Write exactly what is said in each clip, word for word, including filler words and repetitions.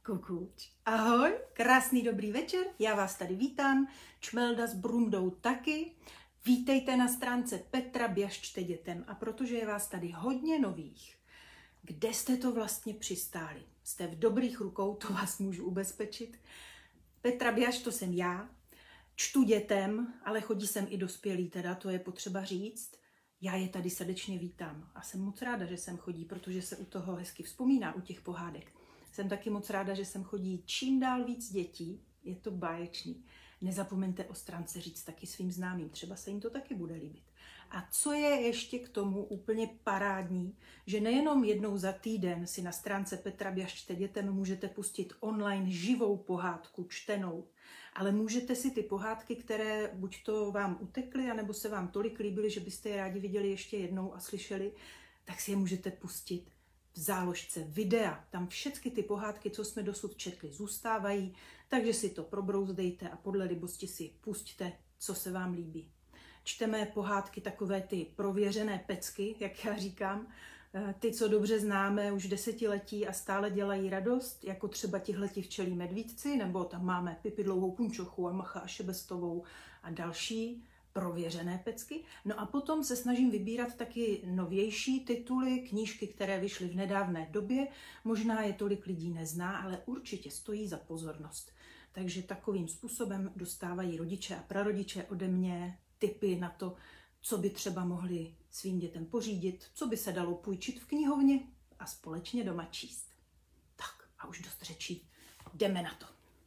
Kukuč. Ahoj, krásný dobrý večer, já vás tady vítám, Čmelda s Brundou taky. Vítejte na stránce Petra Běžte dětem. A protože je vás tady hodně nových, kde jste to vlastně přistáli? Jste v dobrých rukou, to vás můžu ubezpečit. Petra Běž, to jsem já, čtu dětem, ale chodí sem i dospělí teda, to je potřeba říct. Já je tady srdečně vítám a jsem moc ráda, že sem chodí, protože se u toho hezky vzpomíná, u těch pohádek. Jsem taky moc ráda, že sem chodí čím dál víc dětí, je to báječný. Nezapomeňte o stránce říct taky svým známým, třeba se jim to taky bude líbit. A co je ještě k tomu úplně parádní, že nejenom jednou za týden si na stránce Petra Běžte dětem můžete pustit online živou pohádku čtenou, ale můžete si ty pohádky, které buď to vám utekly, anebo se vám tolik líbily, že byste je rádi viděli ještě jednou a slyšeli, tak si je můžete pustit v záložce videa. Tam všechny ty pohádky, co jsme dosud četli, zůstávají, takže si to probrouzdejte a podle libosti si pusťte, co se vám líbí. Čteme pohádky takové ty prověřené pecky, jak já říkám, ty, co dobře známe už desetiletí a stále dělají radost, jako třeba tihleti včelí medvídci, nebo tam máme Pipi dlouhou punčochu a Macha a Šebestovou a další prověřené pecky. No a potom se snažím vybírat taky novější tituly, knížky, které vyšly v nedávné době. Možná je tolik lidí nezná, ale určitě stojí za pozornost. Takže takovým způsobem dostávají rodiče a prarodiče ode mě tipy na to, co by třeba mohli svým dětem pořídit, co by se dalo půjčit v knihovně a společně doma číst. Tak a už dost řečí, jdeme na to.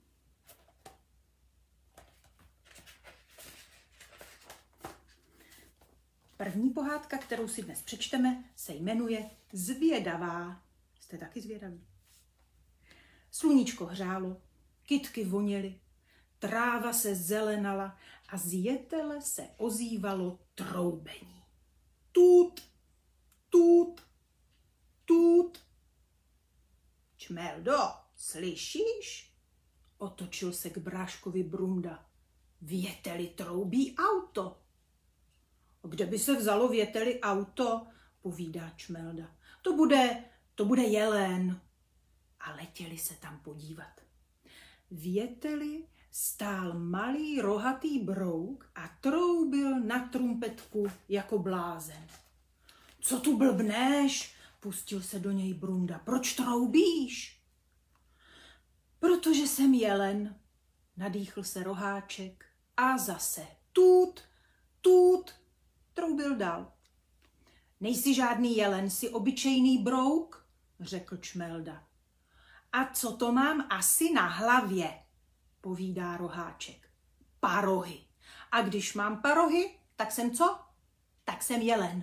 První pohádka, kterou si dnes přečteme, se jmenuje Zvědavá. Jste taky zvědaví? Sluníčko hřálo, kytky voněly, tráva se zelenala a z jetele se ozývalo troubení. Tut, tut, tut. Čmeldo, slyšíš? Otočil se k bráškovi Brunda. V jeteli troubí auto. Kde by se vzalo v jeteli auto, povídá Čmelda. To bude, to bude jelen. A letěli se tam podívat. V jeteli stál malý rohatý brouk a troubil na trumpetku jako blázen. Co tu blbneš? Pustil se do něj Brunda. Proč troubíš? Protože jsem jelen, nadýchl se roháček a zase tut, tut, troubil dál. Nejsi žádný jelen, jsi obyčejný brouk, řekl Čmelda. A co to mám asi na hlavě, povídá roháček. Parohy. A když mám parohy, tak jsem co? Tak jsem jelen.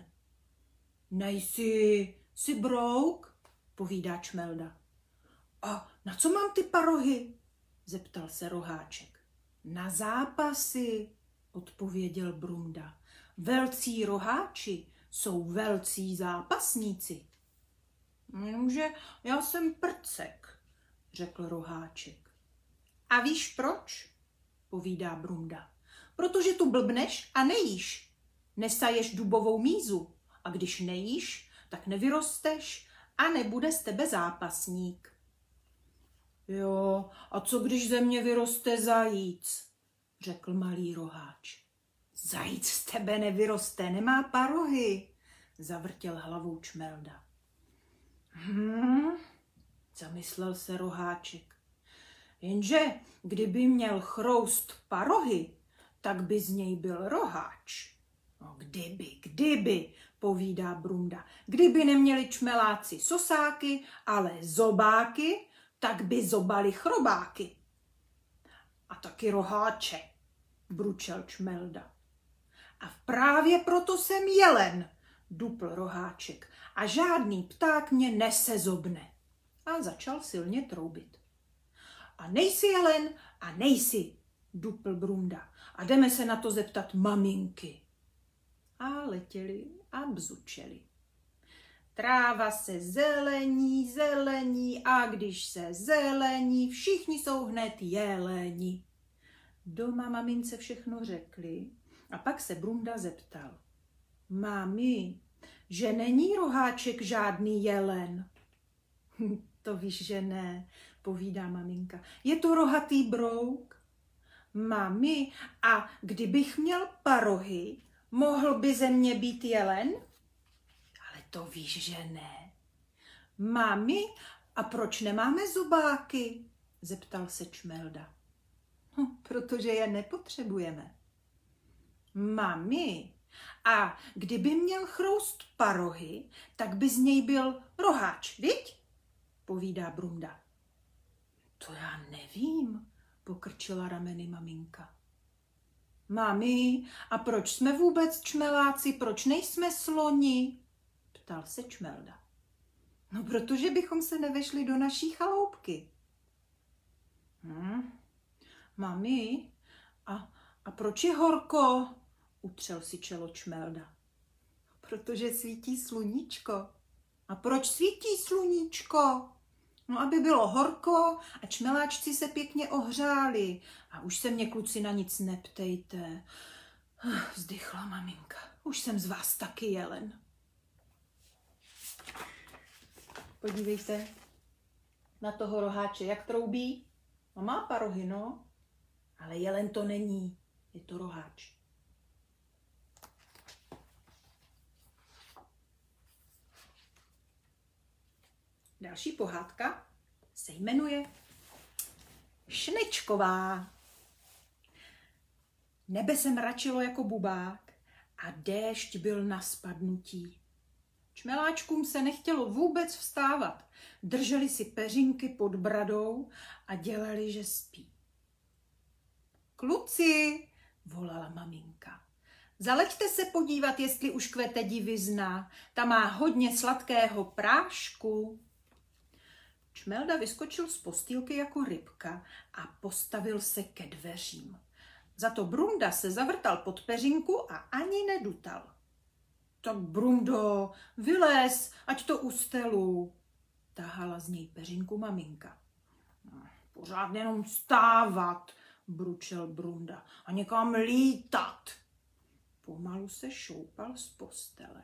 Nejsi, jsi brouk, povídá Čmelda. A na co mám ty parohy? Zeptal se roháček. Na zápasy, odpověděl Brunda. Velcí roháči jsou velcí zápasníci. Jenže já jsem prcek, řekl roháček. A víš proč? Povídá Brunda. Protože tu blbneš a nejíš. Nesaješ dubovou mízu a když nejíš, tak nevyrosteš a nebude z tebe zápasník. Jo, a co když ze mě vyroste zajíc? Řekl malý roháč. Zajíc z tebe nevyroste, nemá parohy, zavrtěl hlavou Čmelda. Hmm, zamyslel se roháček. Jenže kdyby měl chroust parohy, tak by z něj byl roháč. No kdyby, kdyby, povídá Brunda. Kdyby neměli čmeláci sosáky, ale zobáky, tak by zobali chrobáky. A taky roháče, bručel Čmelda. A právě proto jsem jelen, dupl roháček, a žádný pták mě nesezobne. A začal silně troubit. A nejsi jelen a nejsi, dupl Brunda. A jdeme se na to zeptat maminky. A letěli a bzučeli. Tráva se zelení, zelení a když se zelení, všichni jsou hned jeleni. Doma mamince všechno řekli a pak se Brunda zeptal. Mami, že není roháček žádný jelen? To víš, že ne, odpovídá maminka. Je to rohatý brouk. Mami, a kdybych měl parohy, mohl by ze mě být jelen? Ale to víš, že ne. Mami, a proč nemáme zubáky? Zeptal se Čmelda. Hm, protože je nepotřebujeme. Mami, a kdyby měl chroust parohy, tak by z něj byl roháč, viď? Povídá Brunda. To já nevím, pokrčila rameny maminka. Mami, a proč jsme vůbec čmeláci, proč nejsme sloni? Ptal se Čmelda. No, protože bychom se nevešli do naší chaloupky. Hm, mami, a, a proč je horko? Utřel si čelo Čmelda. Protože svítí sluníčko. A proč svítí sluníčko? No, aby bylo horko a čmeláčci se pěkně ohřáli. A už se mě, kluci, na nic neptejte. Vzdychla maminka. Už jsem z vás taky jelen. Podívejte na toho roháče, jak troubí. No, má parohy, no. Ale jelen to není. Je to roháč. Další pohádka se jmenuje Šnečková. Nebe se mračilo jako bubák a déšť byl na spadnutí. Čmeláčkům se nechtělo vůbec vstávat. Drželi si peřinky pod bradou a dělali, že spí. Kluci, volala maminka, zaleďte se podívat, jestli už kvete divizna. Ta má hodně sladkého prášku. Čmelda vyskočil z postýlky jako rybka a postavil se ke dveřím. Za to Brunda se zavrtal pod peřinku a ani nedutal. Tak Brundo, vylez, ať to ustelu, tahala z něj peřinku maminka. Pořád jenom stávat, bručel Brunda, a někam lítat. Pomalu se šoupal z postele.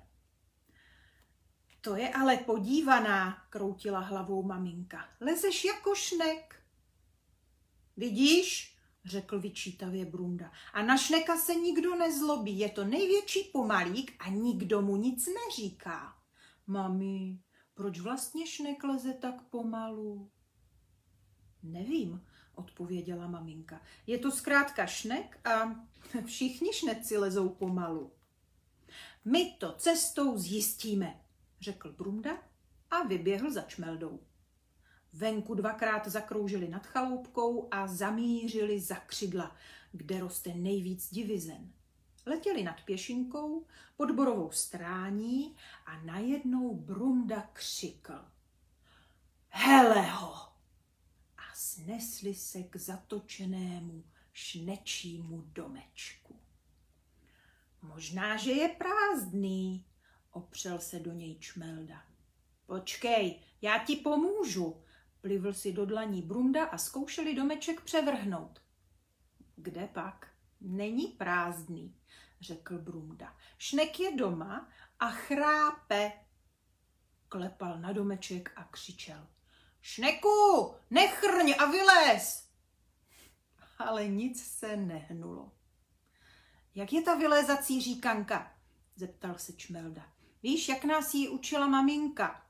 To je ale podívaná, kroutila hlavou maminka. Lezeš jako šnek. Vidíš, řekl vyčítavě Brunda. A na šneka se nikdo nezlobí. Je to největší pomalík a nikdo mu nic neříká. Mami, proč vlastně šnek leze tak pomalu? Nevím, odpověděla maminka. Je to zkrátka šnek a všichni šneci lezou pomalu. My to cestou zjistíme, řekl Brunda a vyběhl za Čmeldou. Venku dvakrát zakroužili nad chaloupkou a zamířili za křidla, kde roste nejvíc divizen. Letěli nad pěšinkou, pod borovou strání a najednou Brunda křikl. Hele ho! A snesli se k zatočenému šnečímu domečku. Možná, že je prázdný, opřel se do něj Čmelda. Počkej, já ti pomůžu, plivl si do dlaní Brunda a zkoušeli domeček převrhnout. Kde pak? Není prázdný, řekl Brunda. Šnek je doma a chrápe. Klepal na domeček a křičel. Šneku, nechrň a vylez! Ale nic se nehnulo. Jak je ta vylézací říkanka? Zeptal se Čmelda. Víš, jak nás ji učila maminka?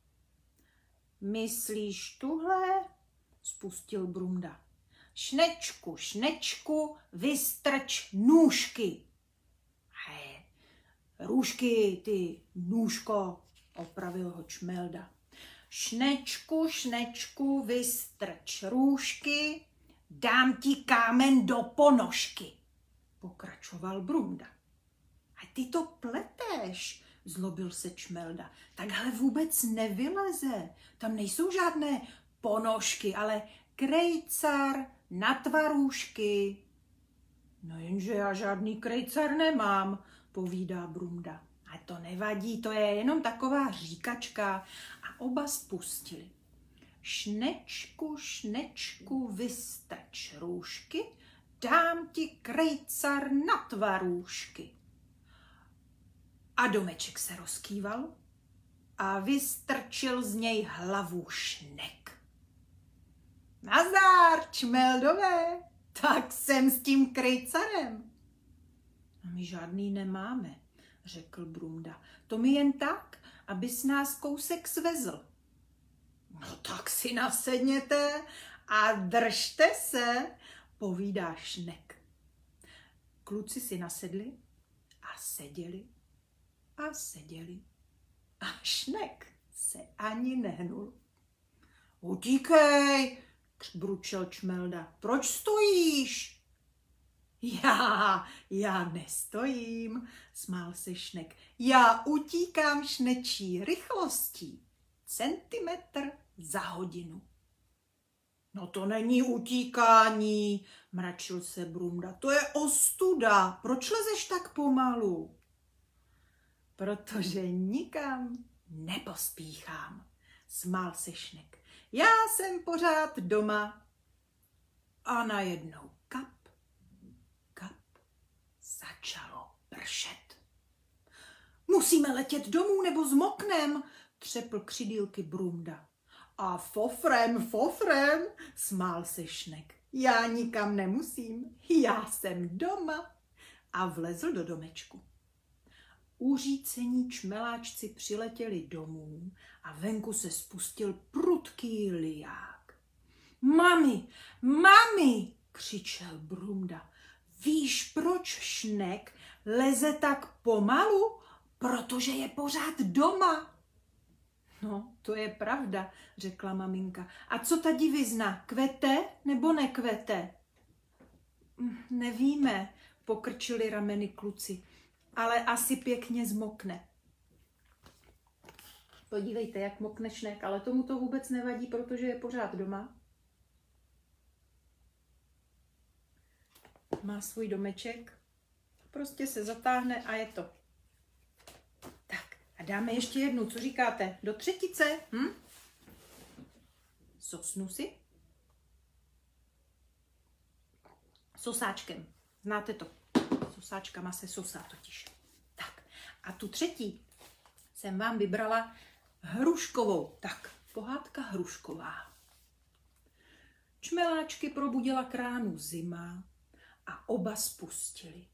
Myslíš tuhle? Spustil Brunda. Šnečku, šnečku, vystrč nůžky. He, růžky, ty nůžko, opravil ho Čmelda. Šnečku, šnečku, vystrč růžky, dám ti kámen do ponožky, pokračoval Brunda. A ty to pleteš, zlobil se Čmelda. Takhle vůbec nevyleze. Tam nejsou žádné ponožky, ale krejcar na tvarůžky. No jenže já žádný krejcar nemám, povídá Brunda. A to nevadí, to je jenom taková říkačka. A oba spustili. Šnečku, šnečku, vystrč růžky, dám ti krejcar na tvarůžky. A domeček se rozkýval a vystrčil z něj hlavu šnek. Nazdar, čmeldové, tak jsem s tím krejcarem. A my žádný nemáme, řekl Brumda. To mi jen tak, abys nás kousek svezl. No tak si nasedněte a držte se, povídá Šnek. Kluci si nasedli a seděli a seděli. A Šnek se ani nehnul. Utíkej, bručel Čmelda. Proč stojíš? Já, já nestojím, smál se Šnek. Já utíkám šnečí rychlostí. Centimetr za hodinu. No to není utíkání, mračil se Brumda. To je ostuda. Proč lezeš tak pomalu? Protože nikam nepospíchám, smál se Šnek. Já jsem pořád doma. A najednou kap, kap, začalo pršet. Musíme letět domů nebo zmoknem, třepl křidýlky Brumda. A fofrem, fofrem, smál se Šnek. Já nikam nemusím, já jsem doma. A vlezl do domečku. Uřícení čmeláčci přiletěli domů a venku se spustil prudký liják. Mami, mami, křičel Brumda. Víš, proč Šnek leze tak pomalu? Protože je pořád doma. No, to je pravda, řekla maminka. A co ta divizna, kvete nebo nekvete? Nevíme, pokrčili rameny kluci, ale asi pěkně zmokne. Podívejte, jak mokne Šnek, ale tomu to vůbec nevadí, protože je pořád doma. Má svůj domeček, prostě se zatáhne a je to. Tak a dáme ještě jednu, co říkáte? Do třetice? Hm? Sosnu si. Sosáčkem. Znáte to? Sosáčkama se sosá totiž. Tak a tu třetí jsem vám vybrala hruškovou. Tak, pohádka hrušková. Čmeláčky probudila kránu zima a oba spustili.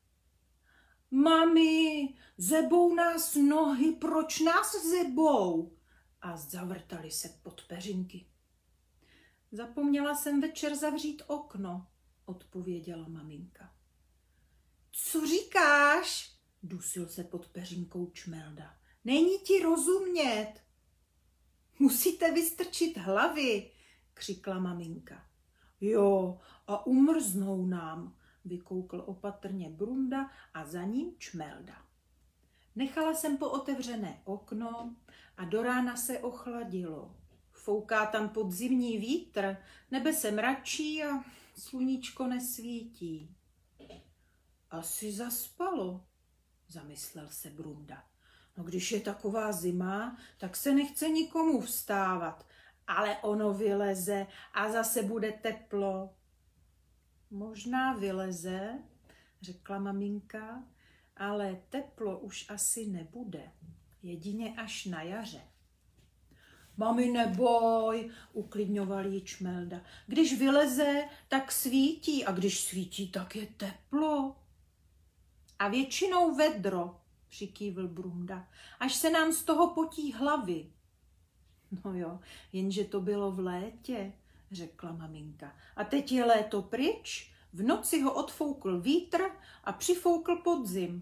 Mami, zebou nás nohy, proč nás zebou? A zavrtali se pod peřinky. Zapomněla jsem večer zavřít okno, odpověděla maminka. Co říkáš? Dusil se pod peřinkou Čmelda. Není ti rozumět. Musíte vystrčit hlavy, křikla maminka. Jo, a umrznou nám, vykoukl opatrně Brumda a za ním Čmelda. Nechala jsem pootevřené okno a do rána se ochladilo. Fouká tam podzimní vítr, nebe se mračí a sluníčko nesvítí. Asi zaspalo, zamyslel se Brumda. No když je taková zima, tak se nechce nikomu vstávat, ale ono vyleze a zase bude teplo. Možná vyleze, řekla maminka, ale teplo už asi nebude, jedině až na jaře. Mami, neboj, uklidňoval ji Čmelda. Když vyleze, tak svítí a když svítí, tak je teplo. A většinou vedro, přikývl Brumda, až se nám z toho potí hlavy. No jo, jenže to bylo v létě, řekla maminka. A teď je léto pryč, v noci ho odfoukl vítr a přifoukl podzim.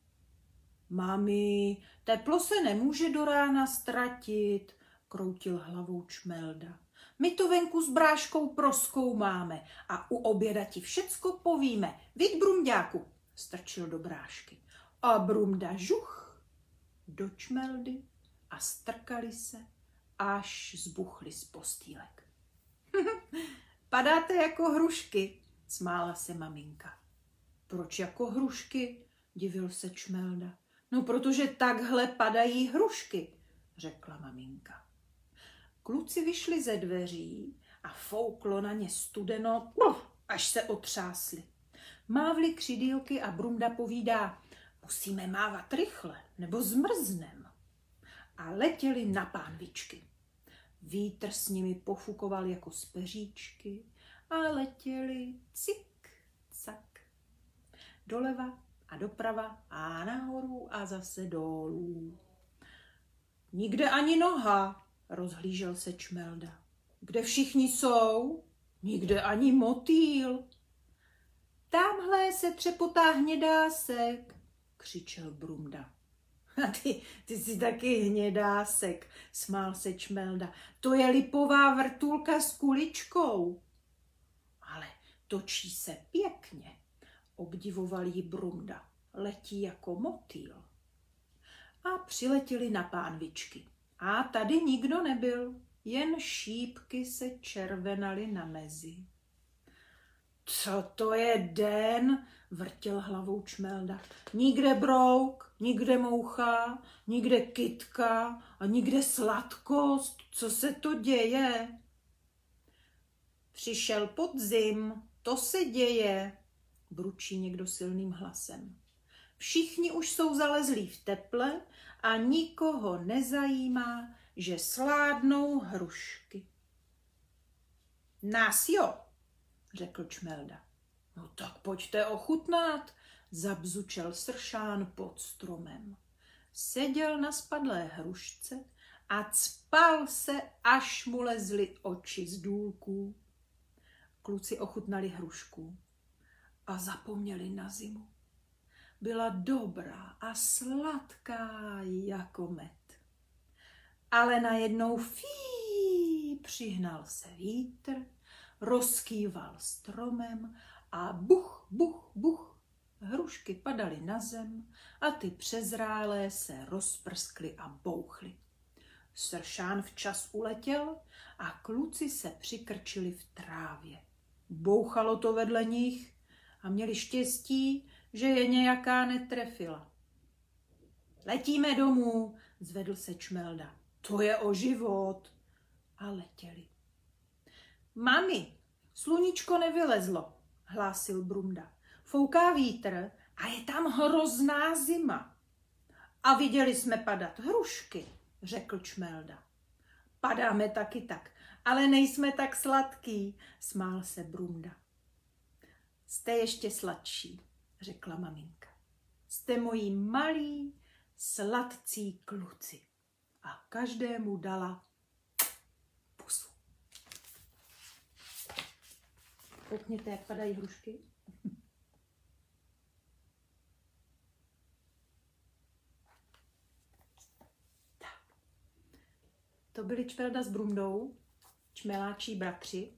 Mami, teplo se nemůže do rána ztratit, kroutil hlavou Čmelda. My to venku s bráškou prozkoumáme a u oběda ti všecko povíme. Viď, Brumďáku, strčil do brášky. A Brumda žuch do Čmeldy a strkali se, až zbuchli z postýlek. Padáte jako hrušky, smála se maminka. Proč jako hrušky, divil se Čmelda. No, protože takhle padají hrušky, řekla maminka. Kluci vyšli ze dveří a fouklo na ně studeno, až se otřásli. Mávli křidýlky a Brumda povídá, musíme mávat rychle, nebo zmrznem. A letěli na pánvičky. Vítr s nimi pofukoval jako z peříčky a letěli cik, cak. Doleva a doprava a nahoru a zase dolů. Nikde ani noha, rozhlížel se Čmelda. Kde všichni jsou? Nikde ani motýl. Tamhle se třepotá hnědásek, křičel Brumda. A ty, ty jsi taky hnědásek, smál se Čmelda. To je lipová vrtulka s kuličkou. Ale točí se pěkně, obdivoval jí Brumda. Letí jako motýl. A přiletěli na pánvičky. A tady nikdo nebyl, jen šípky se červenaly na mezi. Co to je den? Vrtěl hlavou Čmelda. Nikde brouk, nikde moucha, nikde kytka a nikde sladkost. Co se to děje? Přišel podzim, to se děje, bručí někdo silným hlasem. Všichni už jsou zalezlí v teple a nikoho nezajímá, že sládnou hrušky. Nás jo, řekl Čmelda. No tak pojďte ochutnat, zabzučel sršán pod stromem. Seděl na spadlé hrušce a cpal se, až mu lezly oči z důlků. Kluci ochutnali hrušku a zapomněli na zimu. Byla dobrá a sladká jako med. Ale najednou fí, přihnal se vítr, rozkýval stromem a buch, buch, buch, hrušky padaly na zem a ty přezrálé se rozprskly a bouchly. Sršán včas uletěl a kluci se přikrčili v trávě. Bouchalo to vedle nich a měli štěstí, že je nějaká netrefila. Letíme domů, zvedl se Čmelda. To je o život. A letěli. Mami, sluníčko nevylezlo, hlásil Brumda. Fouká vítr a je tam hrozná zima. A viděli jsme padat hrušky, řekl Čmelda. Padáme taky tak, ale nejsme tak sladký, smál se Brumda. Jste ještě sladší, řekla maminka. Jste moji malí, sladcí kluci. A každému dala pusu. Koukněte, jak padají hrušky. Tak. To byli Čmelda s Brumdou, čmeláčí bratři,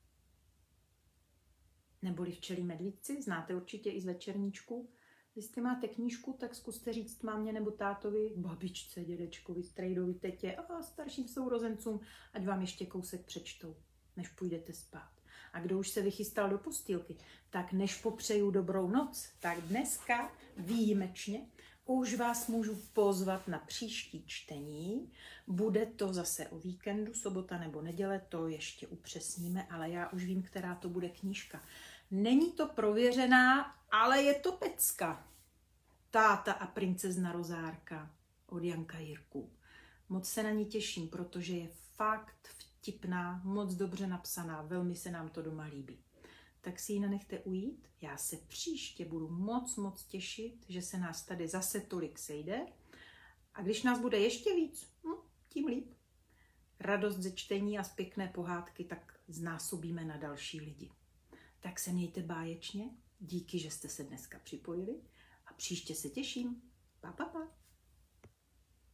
neboli včelí medvídci, znáte určitě i z večerníčku. Jestli máte knížku, tak zkuste říct mámě nebo tátovi, babičce, dědečkovi, strejdovi, tetě a starším sourozencům, ať vám ještě kousek přečtou, než půjdete spát. A kdo už se vychystal do postýlky, tak než popřeju dobrou noc, tak dneska výjimečně už vás můžu pozvat na příští čtení. Bude to zase o víkendu, sobota nebo neděle, to ještě upřesníme, ale já už vím, která to bude knížka. Není to prověřená, ale je to pecka. Táta a princezna Rozárka od Janka Jirku. Moc se na ní těším, protože je fakt vtipná, moc dobře napsaná, velmi se nám to doma líbí. Tak si ji nenechte ujít, já se příště budu moc, moc těšit, že se nás tady zase tolik sejde. A když nás bude ještě víc, hm, tím líp. Radost ze čtení a z pěkné pohádky tak znásobíme na další lidi. Tak se mějte báječně, díky, že jste se dneska připojili a příště se těším. Pa, pa, pa.